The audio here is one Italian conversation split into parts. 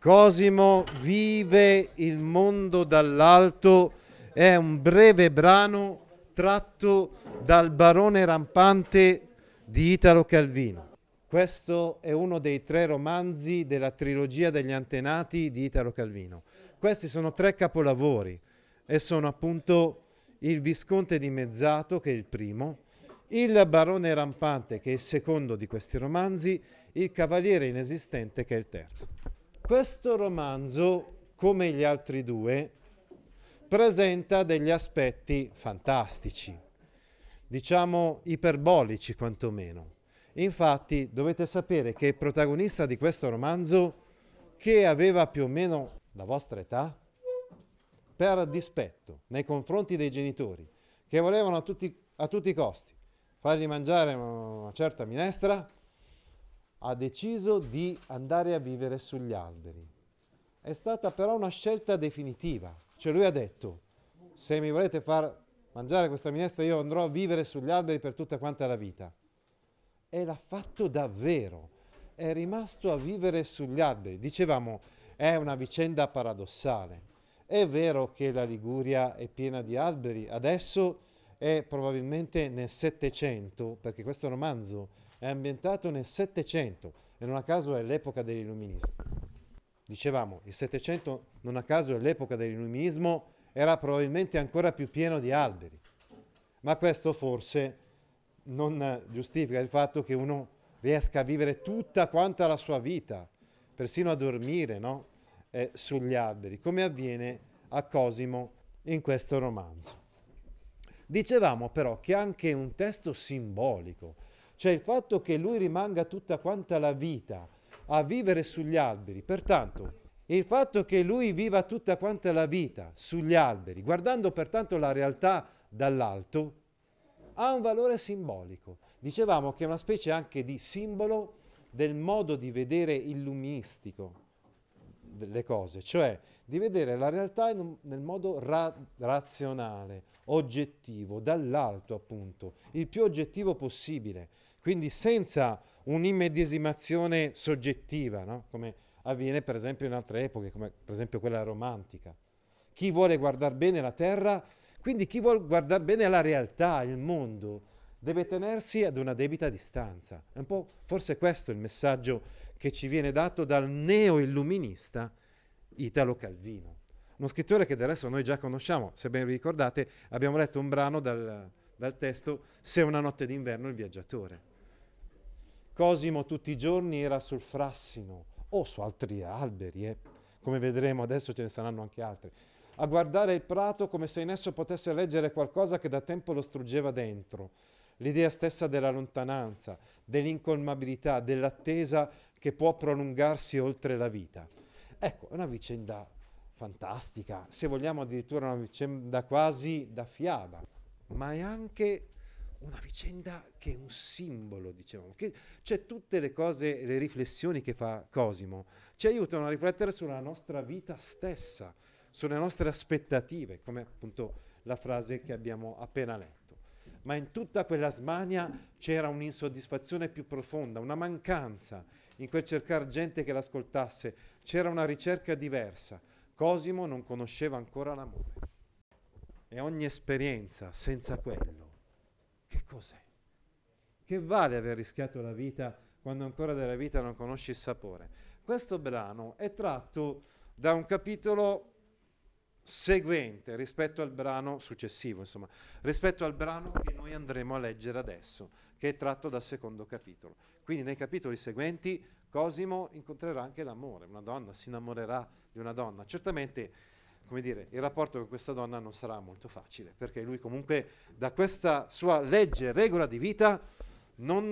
Cosimo vive il mondo dall'alto è un breve brano tratto dal Barone rampante di Italo Calvino. Questo è uno dei 3 romanzi della trilogia degli antenati di Italo Calvino. Questi sono 3 capolavori e sono appunto Il Visconte dimezzato, che è il primo, Il Barone rampante, che è il secondo di questi romanzi, Il Cavaliere inesistente, che è il terzo. Questo romanzo, come gli altri 2, presenta degli aspetti fantastici, diciamo iperbolici quantomeno. Infatti dovete sapere che il protagonista di questo romanzo, che aveva più o meno la vostra età, per dispetto nei confronti dei genitori, che volevano a tutti i costi fargli mangiare una certa minestra, ha deciso di andare a vivere sugli alberi. È stata però una scelta definitiva, cioè lui ha detto: se mi volete far mangiare questa minestra io andrò a vivere sugli alberi per tutta quanta la vita. E l'ha fatto davvero, è rimasto a vivere sugli alberi. Dicevamo, è una vicenda paradossale. È vero che la Liguria è piena di alberi, adesso è probabilmente nel Settecento, perché questo romanzo è ambientato nel Settecento e non a caso è l'epoca dell'illuminismo. Dicevamo, il Settecento non a caso è l'epoca dell'illuminismo, era probabilmente ancora più pieno di alberi, ma questo forse non giustifica il fatto che uno riesca a vivere tutta quanta la sua vita, persino a dormire, no? Sugli alberi, come avviene a Cosimo in questo romanzo. Dicevamo però che anche un testo simbolico, cioè il fatto che lui rimanga tutta quanta la vita a vivere sugli alberi, pertanto il fatto che lui viva tutta quanta la vita sugli alberi, guardando pertanto la realtà dall'alto, ha un valore simbolico. Dicevamo che è una specie anche di simbolo del modo di vedere illuministico delle cose, cioè di vedere la realtà nel modo razionale, oggettivo, dall'alto appunto, il più oggettivo possibile, quindi senza un'immedesimazione soggettiva, no? Come avviene per esempio in altre epoche, come per esempio quella romantica. Chi vuole guardare bene la terra, quindi chi vuole guardare bene la realtà, il mondo, deve tenersi ad una debita distanza. È un po' forse questo il messaggio che ci viene dato dal neo-illuminista Italo Calvino. Uno scrittore che del resto noi già conosciamo, se ben vi ricordate, abbiamo letto un brano dal testo Se una notte d'inverno il viaggiatore. Cosimo tutti i giorni era sul frassino o su altri alberi, come vedremo adesso ce ne saranno anche altri, a guardare il prato come se in esso potesse leggere qualcosa che da tempo lo struggeva dentro, l'idea stessa della lontananza, dell'incolmabilità, dell'attesa che può prolungarsi oltre la vita. Ecco, è una vicenda fantastica, se vogliamo addirittura una vicenda quasi da fiaba, ma è anche una vicenda che è un simbolo, diciamo, che c'è tutte le cose, le riflessioni che fa Cosimo, ci aiutano a riflettere sulla nostra vita stessa, sulle nostre aspettative, come appunto la frase che abbiamo appena letto. Ma in tutta quella smania c'era un'insoddisfazione più profonda, una mancanza in quel cercare gente che l'ascoltasse, c'era una ricerca diversa. Cosimo non conosceva ancora l'amore. E ogni esperienza senza quello, che cos'è? Che vale aver rischiato la vita quando ancora della vita non conosci il sapore? Questo brano è tratto da un capitolo seguente rispetto al brano successivo, insomma, rispetto al brano che noi andremo a leggere adesso, che è tratto dal secondo capitolo. Quindi nei capitoli seguenti Cosimo incontrerà anche l'amore, una donna si innamorerà di una donna. Certamente, come dire, il rapporto con questa donna non sarà molto facile, perché lui comunque da questa sua legge, regola di vita, non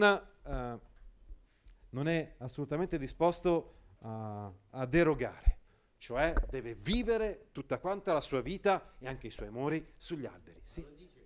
è assolutamente disposto a derogare. Cioè deve vivere tutta quanta la sua vita e anche i suoi amori sugli alberi. Sì?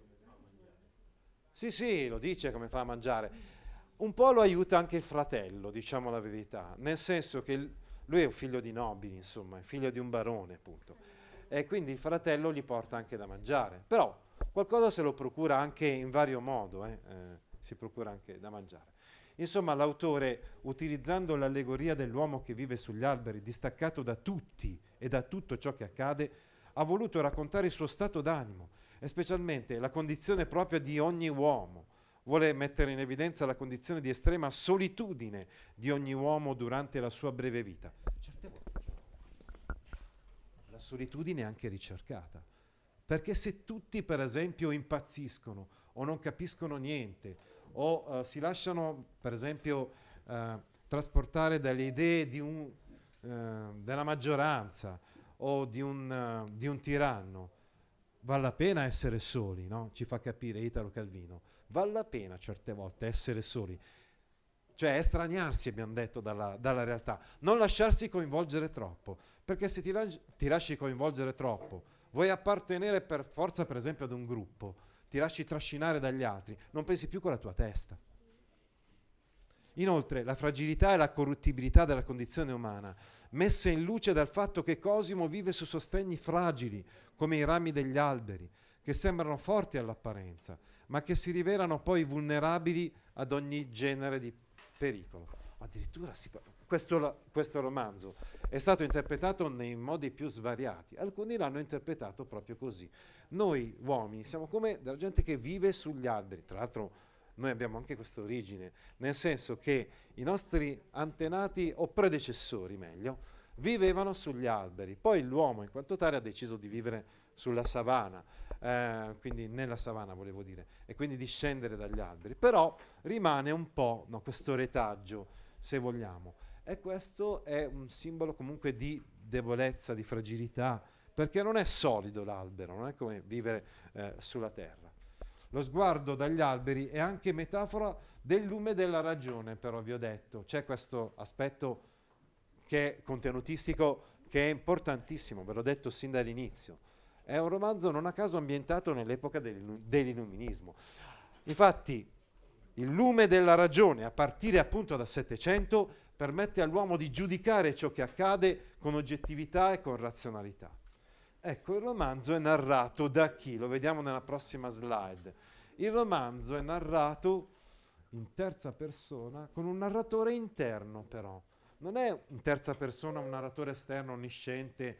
Sì, lo dice come fa a mangiare. Un po' lo aiuta anche il fratello, diciamo la verità, nel senso che lui è un figlio di nobili, insomma, è figlio di un barone, appunto. E quindi il fratello gli porta anche da mangiare. Però qualcosa se lo procura anche in vario modo, si procura anche da mangiare. Insomma, l'autore, utilizzando l'allegoria dell'uomo che vive sugli alberi, distaccato da tutti e da tutto ciò che accade, ha voluto raccontare il suo stato d'animo e specialmente la condizione propria di ogni uomo. Vuole mettere in evidenza la condizione di estrema solitudine di ogni uomo durante la sua breve vita. Certe volte la solitudine è anche ricercata, perché se tutti, per esempio, impazziscono o non capiscono niente o si lasciano, per esempio, trasportare dalle idee della maggioranza o di un tiranno, vale la pena essere soli, no? Ci fa capire Italo Calvino. Vale la pena certe volte essere soli, cioè estraniarsi, abbiamo detto, dalla realtà, non lasciarsi coinvolgere troppo, perché se ti lasci coinvolgere troppo, vuoi appartenere per forza, per esempio, ad un gruppo, ti lasci trascinare dagli altri, non pensi più con la tua testa. Inoltre, la fragilità e la corruttibilità della condizione umana, messe in luce dal fatto che Cosimo vive su sostegni fragili, come i rami degli alberi, che sembrano forti all'apparenza, ma che si rivelano poi vulnerabili ad ogni genere di pericolo. Addirittura questo romanzo è stato interpretato nei modi più svariati. Alcuni l'hanno interpretato proprio così. Noi uomini siamo come della gente che vive sugli alberi. Tra l'altro noi abbiamo anche questa origine, nel senso che i nostri antenati o predecessori, meglio, vivevano sugli alberi. Poi l'uomo in quanto tale ha deciso di vivere sulla savana, quindi nella savana volevo dire, e quindi di scendere dagli alberi. Però rimane un po', no, questo retaggio, se vogliamo. E questo è un simbolo comunque di debolezza, di fragilità, perché non è solido l'albero, non è come vivere sulla terra. Lo sguardo dagli alberi è anche metafora del lume della ragione, però vi ho detto, c'è questo aspetto che è contenutistico, che è importantissimo, ve l'ho detto sin dall'inizio. È un romanzo non a caso ambientato nell'epoca dell'illuminismo. Infatti il lume della ragione, a partire appunto dal Settecento, permette all'uomo di giudicare ciò che accade con oggettività e con razionalità. Ecco, il romanzo è narrato da chi? Lo vediamo nella prossima slide. Il romanzo è narrato in terza persona con un narratore interno, però. Non è in terza persona un narratore esterno, onnisciente,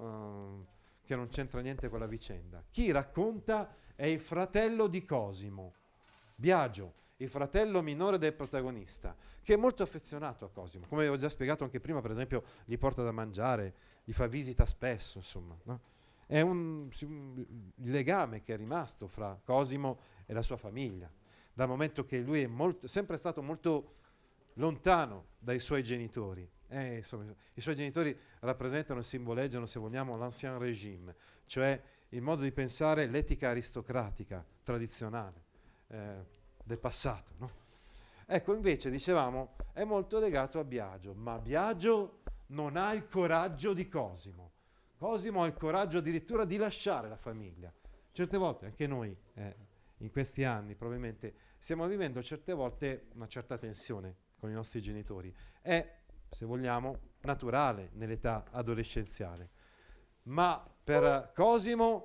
che non c'entra niente con la vicenda. Chi racconta è il fratello di Cosimo, Biagio, il fratello minore del protagonista, che è molto affezionato a Cosimo. Come avevo già spiegato anche prima, per esempio, gli porta da mangiare, gli fa visita spesso, insomma, no? È un legame che è rimasto fra Cosimo e la sua famiglia, dal momento che lui è sempre stato molto lontano dai suoi genitori. Insomma, i suoi genitori rappresentano e simboleggiano, se vogliamo, l'ancien régime, cioè il modo di pensare, l'etica aristocratica, tradizionale, del passato, no? Ecco, invece, dicevamo, è molto legato a Biagio, ma Biagio non ha il coraggio di Cosimo. Cosimo ha il coraggio addirittura di lasciare la famiglia. Certe volte, anche noi, in questi anni, probabilmente, stiamo vivendo certe volte una certa tensione con i nostri genitori. È, se vogliamo, naturale nell'età adolescenziale. Ma per Cosimo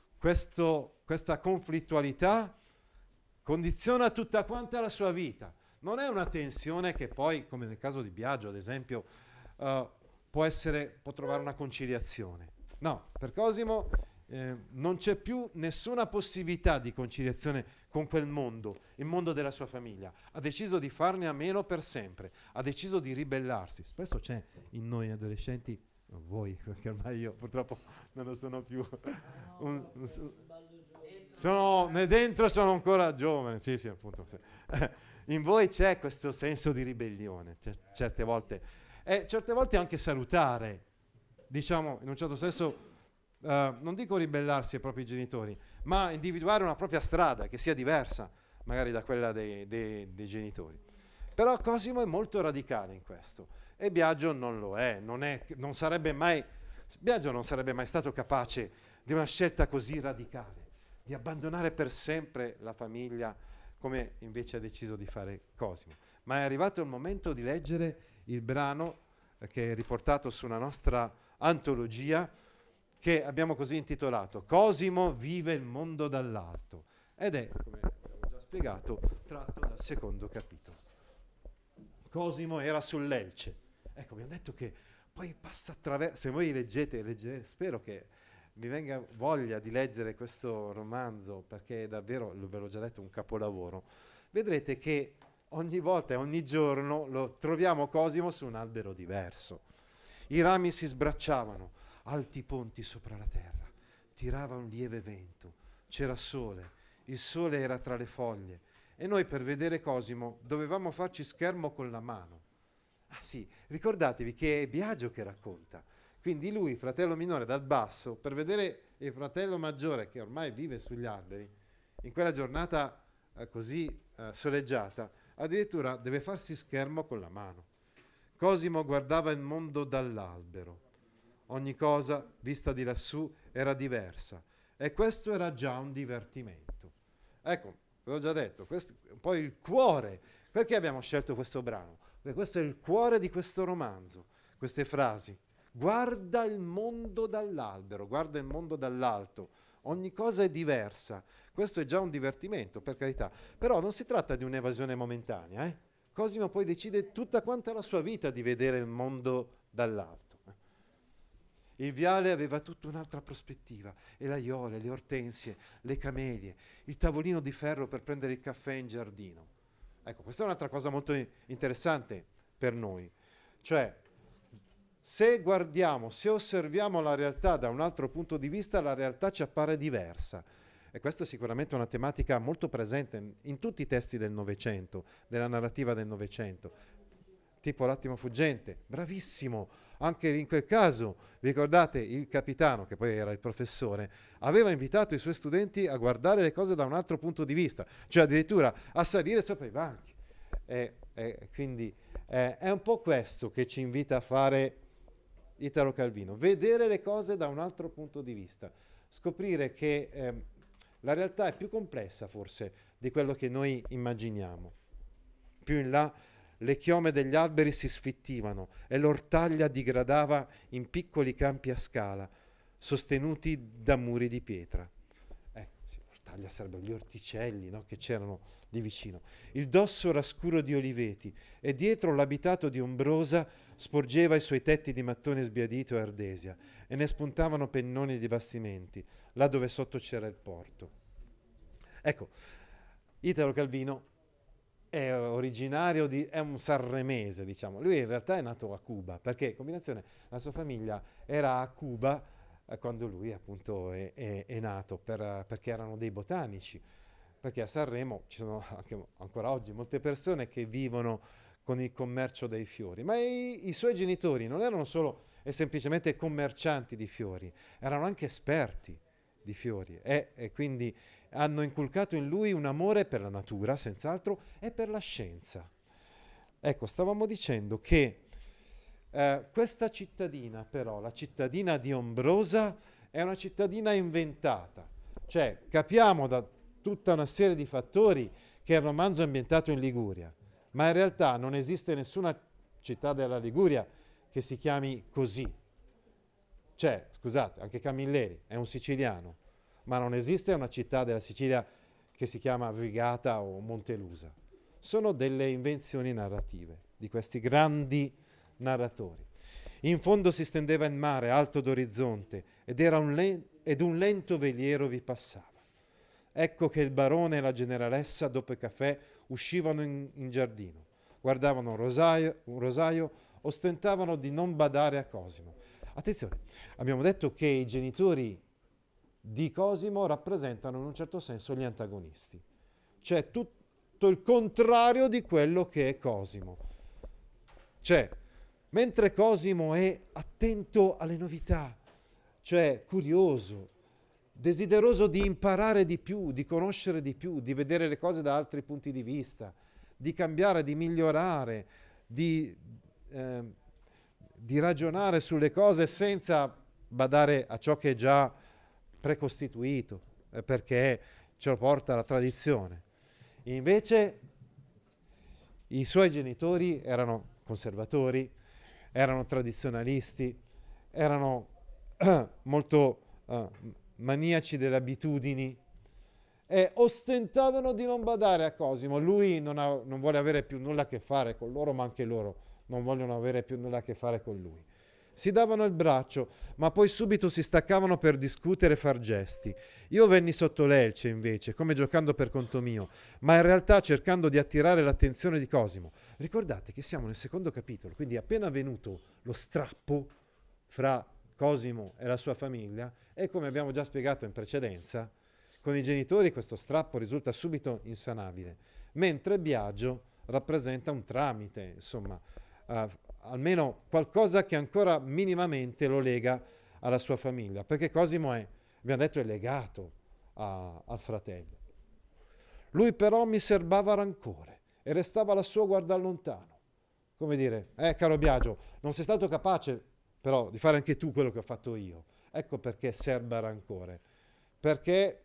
questa conflittualità condiziona tutta quanta la sua vita. Non è una tensione che poi, come nel caso di Biagio, ad esempio, può trovare una conciliazione. No, per Cosimo non c'è più nessuna possibilità di conciliazione con quel mondo, il mondo della sua famiglia. Ha deciso di farne a meno per sempre, ha deciso di ribellarsi. Spesso c'è in noi adolescenti, voi, perché ormai io purtroppo non lo sono più, dentro sono ancora giovane, sì, appunto. Sì. In voi c'è questo senso di ribellione, certe volte. E certe volte anche salutare, diciamo, in un certo senso, non dico ribellarsi ai propri genitori, ma individuare una propria strada che sia diversa magari da quella dei genitori. Però Cosimo è molto radicale in questo e Biagio non lo è, Biagio non sarebbe mai stato capace di una scelta così radicale, di abbandonare per sempre la famiglia come invece ha deciso di fare Cosimo. Ma è arrivato il momento di leggere il brano che è riportato su una nostra antologia che abbiamo così intitolato Cosimo vive il mondo dall'alto ed è, come avevo già spiegato, tratto dal secondo capitolo. Cosimo era sull'Elce. Ecco, abbiamo detto che poi passa attraverso, se voi leggete, spero che mi venga voglia di leggere questo romanzo, perché è davvero, ve l'ho già detto, un capolavoro. Vedrete che ogni volta e ogni giorno lo troviamo Cosimo su un albero diverso. I rami si sbracciavano, alti ponti sopra la terra, tirava un lieve vento, c'era sole, il sole era tra le foglie e noi per vedere Cosimo dovevamo farci schermo con la mano. Ah sì, ricordatevi che è Biagio che racconta. Quindi lui, fratello minore dal basso, per vedere il fratello maggiore che ormai vive sugli alberi, in quella giornata così soleggiata, addirittura deve farsi schermo con la mano. Cosimo guardava il mondo dall'albero. Ogni cosa, vista di lassù, era diversa. E questo era già un divertimento. Ecco, ve l'ho già detto, questo è un po' il cuore. Perché abbiamo scelto questo brano? Perché questo è il cuore di questo romanzo, queste frasi. Guarda il mondo dall'albero, guarda il mondo dall'alto. Ogni cosa è diversa. Questo è già un divertimento, per carità. Però non si tratta di un'evasione momentanea, Cosimo poi decide tutta quanta la sua vita di vedere il mondo dall'alto. Il viale aveva tutta un'altra prospettiva, e l'aiole, le ortensie, le camelie, il tavolino di ferro per prendere il caffè in giardino. Ecco, questa è un'altra cosa molto interessante per noi. Cioè, se guardiamo, se osserviamo la realtà da un altro punto di vista, la realtà ci appare diversa. E questa è sicuramente una tematica molto presente in tutti i testi del Novecento, della narrativa del Novecento. Tipo L'attimo fuggente, bravissimo. Anche in quel caso, vi ricordate, il capitano, che poi era il professore, aveva invitato i suoi studenti a guardare le cose da un altro punto di vista, cioè addirittura a salire sopra i banchi. Quindi è un po' questo che ci invita a fare Italo Calvino, vedere le cose da un altro punto di vista, scoprire che la realtà è più complessa forse di quello che noi immaginiamo. Più in là le chiome degli alberi si sfittivano e l'ortaglia digradava in piccoli campi a scala, sostenuti da muri di pietra. Sì, l'ortaglia sarebbero gli orticelli, no, che c'erano lì vicino. Il dosso era scuro di oliveti e dietro l'abitato di ombrosa sporgeva i suoi tetti di mattone sbiadito e ardesia e ne spuntavano pennoni di bastimenti, là dove sotto c'era il porto. Ecco, Italo Calvino è originario è un sanremese, diciamo. Lui in realtà è nato a Cuba, perché combinazione, la sua famiglia era a Cuba quando lui appunto è nato, perché erano dei botanici, perché a Sanremo ci sono anche ancora oggi molte persone che vivono con il commercio dei fiori, ma i suoi genitori non erano solo e semplicemente commercianti di fiori, erano anche esperti di fiori e quindi hanno inculcato in lui un amore per la natura, senz'altro, e per la scienza. Ecco, stavamo dicendo che questa cittadina, però, la cittadina di Ombrosa, è una cittadina inventata. Cioè, capiamo da tutta una serie di fattori che il romanzo è ambientato in Liguria, ma in realtà non esiste nessuna città della Liguria che si chiami così. Cioè, scusate, anche Camilleri è un siciliano, ma non esiste una città della Sicilia che si chiama Vigata o Montelusa. Sono delle invenzioni narrative di questi grandi narratori. In fondo si stendeva il mare alto d'orizzonte ed un lento veliero vi passava. Ecco che il barone e la generalessa dopo il caffè uscivano in giardino, guardavano un rosaio, ostentavano di non badare a Cosimo. Attenzione, abbiamo detto che i genitori di Cosimo rappresentano in un certo senso gli antagonisti, cioè tutto il contrario di quello che è Cosimo. Cioè, mentre Cosimo è attento alle novità, cioè curioso, desideroso di imparare di più, di conoscere di più, di vedere le cose da altri punti di vista, di cambiare, di migliorare, di ragionare sulle cose senza badare a ciò che è già precostituito, perché ce lo porta la tradizione. Invece i suoi genitori erano conservatori, erano tradizionalisti, erano molto maniaci delle abitudini e ostentavano di non badare a Cosimo. Lui non vuole avere più nulla a che fare con loro, ma anche loro non vogliono avere più nulla a che fare con lui. Si davano il braccio, ma poi subito si staccavano per discutere e far gesti. Io venni sotto l'elce, invece, come giocando per conto mio, ma in realtà cercando di attirare l'attenzione di Cosimo. Ricordate che siamo nel secondo capitolo, quindi appena avvenuto lo strappo fra Cosimo e la sua famiglia, e come abbiamo già spiegato in precedenza, con i genitori questo strappo risulta subito insanabile, mentre Biagio rappresenta un tramite, insomma, almeno qualcosa che ancora minimamente lo lega alla sua famiglia, perché Cosimo abbiamo detto, è legato al fratello. Lui però mi serbava rancore e restava lassù a guardar lontano. Come dire, caro Biagio, non sei stato capace però di fare anche tu quello che ho fatto io. Ecco perché serba rancore, perché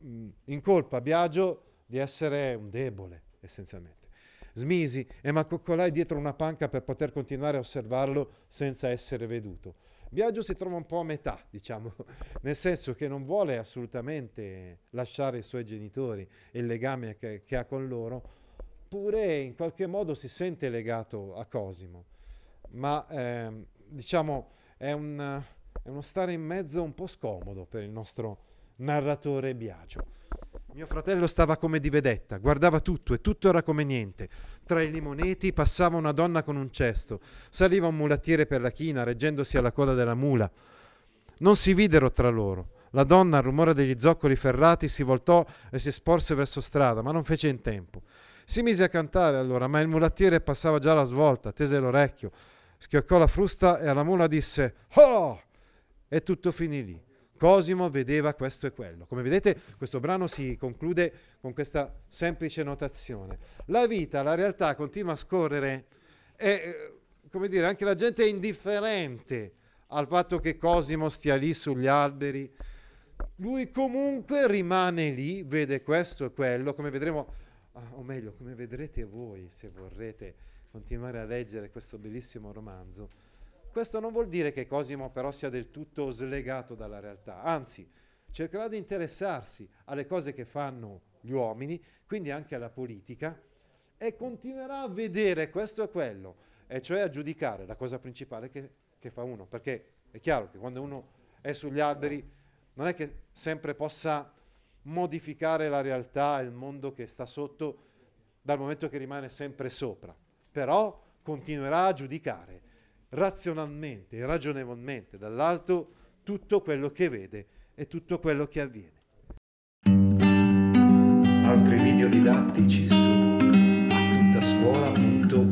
incolpa Biagio di essere un debole, essenzialmente. Smisi e m'accoccolai dietro una panca per poter continuare a osservarlo senza essere veduto. Biagio si trova un po' a metà, diciamo, nel senso che non vuole assolutamente lasciare i suoi genitori e il legame che ha con loro, pure in qualche modo si sente legato a Cosimo, ma diciamo è uno stare in mezzo un po' scomodo per il nostro narratore Biagio. Mio fratello stava come di vedetta, guardava tutto e tutto era come niente. Tra i limoneti passava una donna con un cesto, saliva un mulattiere per la china reggendosi alla coda della mula. Non si videro tra loro. La donna, al rumore degli zoccoli ferrati, si voltò e si sporse verso strada, ma non fece in tempo. Si mise a cantare allora, ma il mulattiere passava già alla svolta, tese l'orecchio, schioccò la frusta e alla mula disse «Oh!» e tutto finì lì. Cosimo vedeva questo e quello. Come vedete, questo brano si conclude con questa semplice notazione. La vita, la realtà continua a scorrere e, come dire, anche la gente è indifferente al fatto che Cosimo stia lì sugli alberi. Lui comunque rimane lì, vede questo e quello, come vedremo, o meglio, come vedrete voi se vorrete continuare a leggere questo bellissimo romanzo. Questo non vuol dire che Cosimo però sia del tutto slegato dalla realtà, anzi cercherà di interessarsi alle cose che fanno gli uomini, quindi anche alla politica, e continuerà a vedere questo e quello, e cioè a giudicare la cosa principale che fa uno, perché è chiaro che quando uno è sugli alberi non è che sempre possa modificare la realtà, il mondo che sta sotto, dal momento che rimane sempre sopra, però continuerà a giudicare razionalmente e ragionevolmente dall'alto tutto quello che vede e tutto quello che avviene. Altri video didattici su attuttascuola.it